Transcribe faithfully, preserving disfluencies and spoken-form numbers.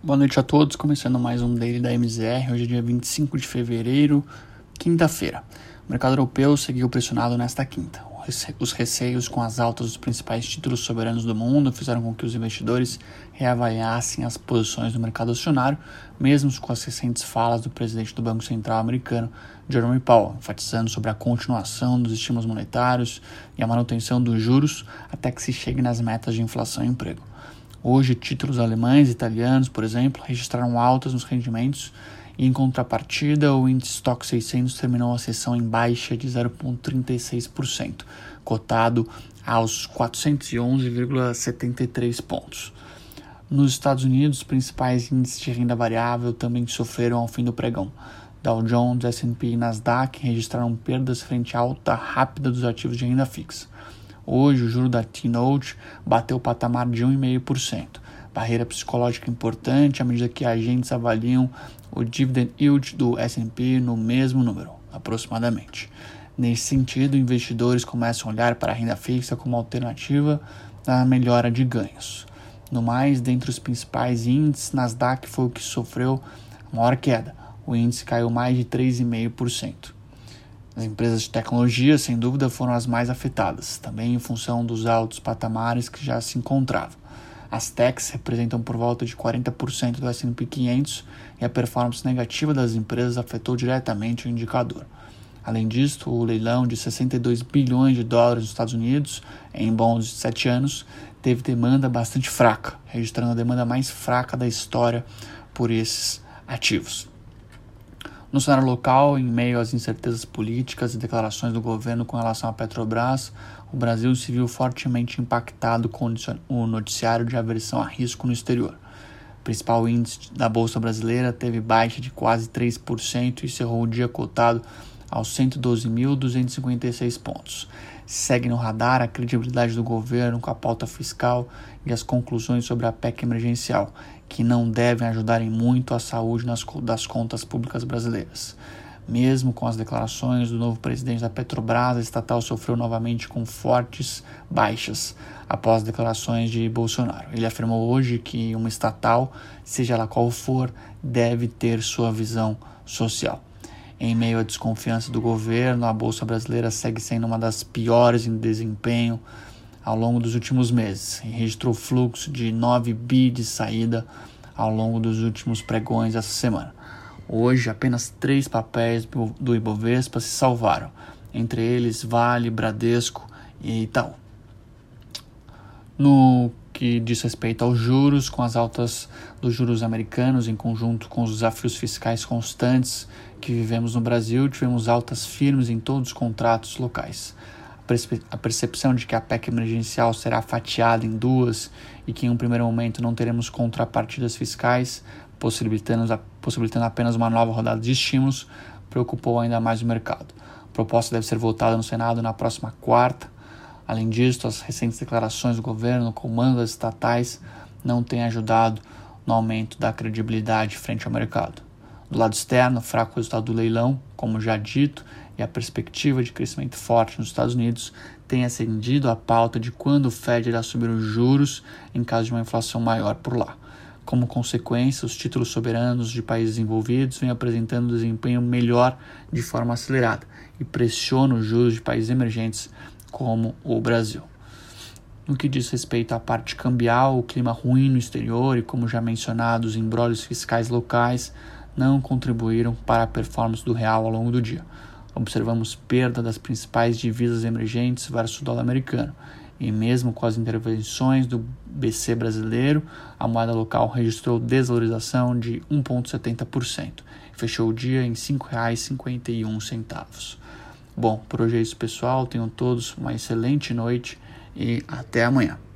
Boa noite a todos, começando mais um Daily da M Z R, hoje é dia vinte e cinco de fevereiro, quinta-feira. O mercado europeu seguiu pressionado nesta quinta. Os receios com as altas dos principais títulos soberanos do mundo fizeram com que os investidores reavaliassem as posições do mercado acionário, mesmo com as recentes falas do presidente do Banco Central americano, Jerome Powell, enfatizando sobre a continuação dos estímulos monetários e a manutenção dos juros até que se chegue nas metas de inflação e emprego. Hoje, títulos alemães e italianos, por exemplo, registraram altas nos rendimentos e, em contrapartida, o índice Stoxx seiscentos terminou a sessão em baixa de zero vírgula trinta e seis por cento, cotado aos quatrocentos e onze vírgula setenta e três pontos. Nos Estados Unidos, os principais índices de renda variável também sofreram ao fim do pregão. Dow Jones, S and P e Nasdaq registraram perdas frente à alta rápida dos ativos de renda fixa. Hoje, o juro da T-Note bateu o patamar de um vírgula cinco por cento, barreira psicológica importante à medida que agentes avaliam o dividend yield do S and P no mesmo número, aproximadamente. Nesse sentido, investidores começam a olhar para a renda fixa como alternativa à melhora de ganhos. No mais, dentre os principais índices, Nasdaq foi o que sofreu a maior queda. O índice caiu mais de três vírgula cinco por cento. As empresas de tecnologia, sem dúvida, foram as mais afetadas, também em função dos altos patamares que já se encontravam. As techs representam por volta de quarenta por cento do S and P quinhentos e a performance negativa das empresas afetou diretamente o indicador. Além disso, o leilão de sessenta e dois bilhões de dólares nos Estados Unidos, em bons de sete anos, teve demanda bastante fraca, registrando a demanda mais fraca da história por esses ativos. No cenário local, em meio às incertezas políticas e declarações do governo com relação à Petrobras, o Brasil se viu fortemente impactado com o noticiário de aversão a risco no exterior. O principal índice da Bolsa Brasileira teve baixa de quase três por cento e encerrou o dia cotado aos cento e doze mil duzentos e cinquenta e seis pontos. Segue no radar a credibilidade do governo com a pauta fiscal e as conclusões sobre a P E C emergencial, que não devem ajudar em muito a saúde nas, das contas públicas brasileiras. Mesmo com as declarações do novo presidente da Petrobras, a estatal sofreu novamente com fortes baixas após as declarações de Bolsonaro. Ele afirmou hoje que uma estatal, seja ela qual for, deve ter sua visão social. Em meio à desconfiança do governo, a Bolsa Brasileira segue sendo uma das piores em desempenho ao longo dos últimos meses e registrou fluxo de nove bi de saída ao longo dos últimos pregões essa semana. Hoje, apenas três papéis do Ibovespa se salvaram, entre eles Vale, Bradesco e Itaú. No que diz respeito aos juros, com as altas dos juros americanos em conjunto com os desafios fiscais constantes que vivemos no Brasil, tivemos altas firmes em todos os contratos locais. A percepção de que a P E C emergencial será fatiada em duas e que em um primeiro momento não teremos contrapartidas fiscais, possibilitando, possibilitando apenas uma nova rodada de estímulos, preocupou ainda mais o mercado. A proposta deve ser votada no Senado na próxima quarta. Além disso, as recentes declarações do governo no comando das estatais não têm ajudado no aumento da credibilidade frente ao mercado. Do lado externo, o fraco resultado do leilão, como já dito, e a perspectiva de crescimento forte nos Estados Unidos tem acendido a pauta de quando o Fed irá subir os juros em caso de uma inflação maior por lá. Como consequência, os títulos soberanos de países envolvidos vêm apresentando desempenho melhor de forma acelerada e pressionam os juros de países emergentes como o Brasil. No que diz respeito à parte cambial, o clima ruim no exterior e, como já mencionado, os embrólios fiscais locais não contribuíram para a performance do real ao longo do dia. Observamos perda das principais divisas emergentes versus o dólar americano, e mesmo com as intervenções do B C brasileiro, a moeda local registrou desvalorização de um vírgula setenta por cento e fechou o dia em cinco reais e cinquenta e um centavos. Bom, por hoje é isso, pessoal. Tenham todos uma excelente noite e até amanhã.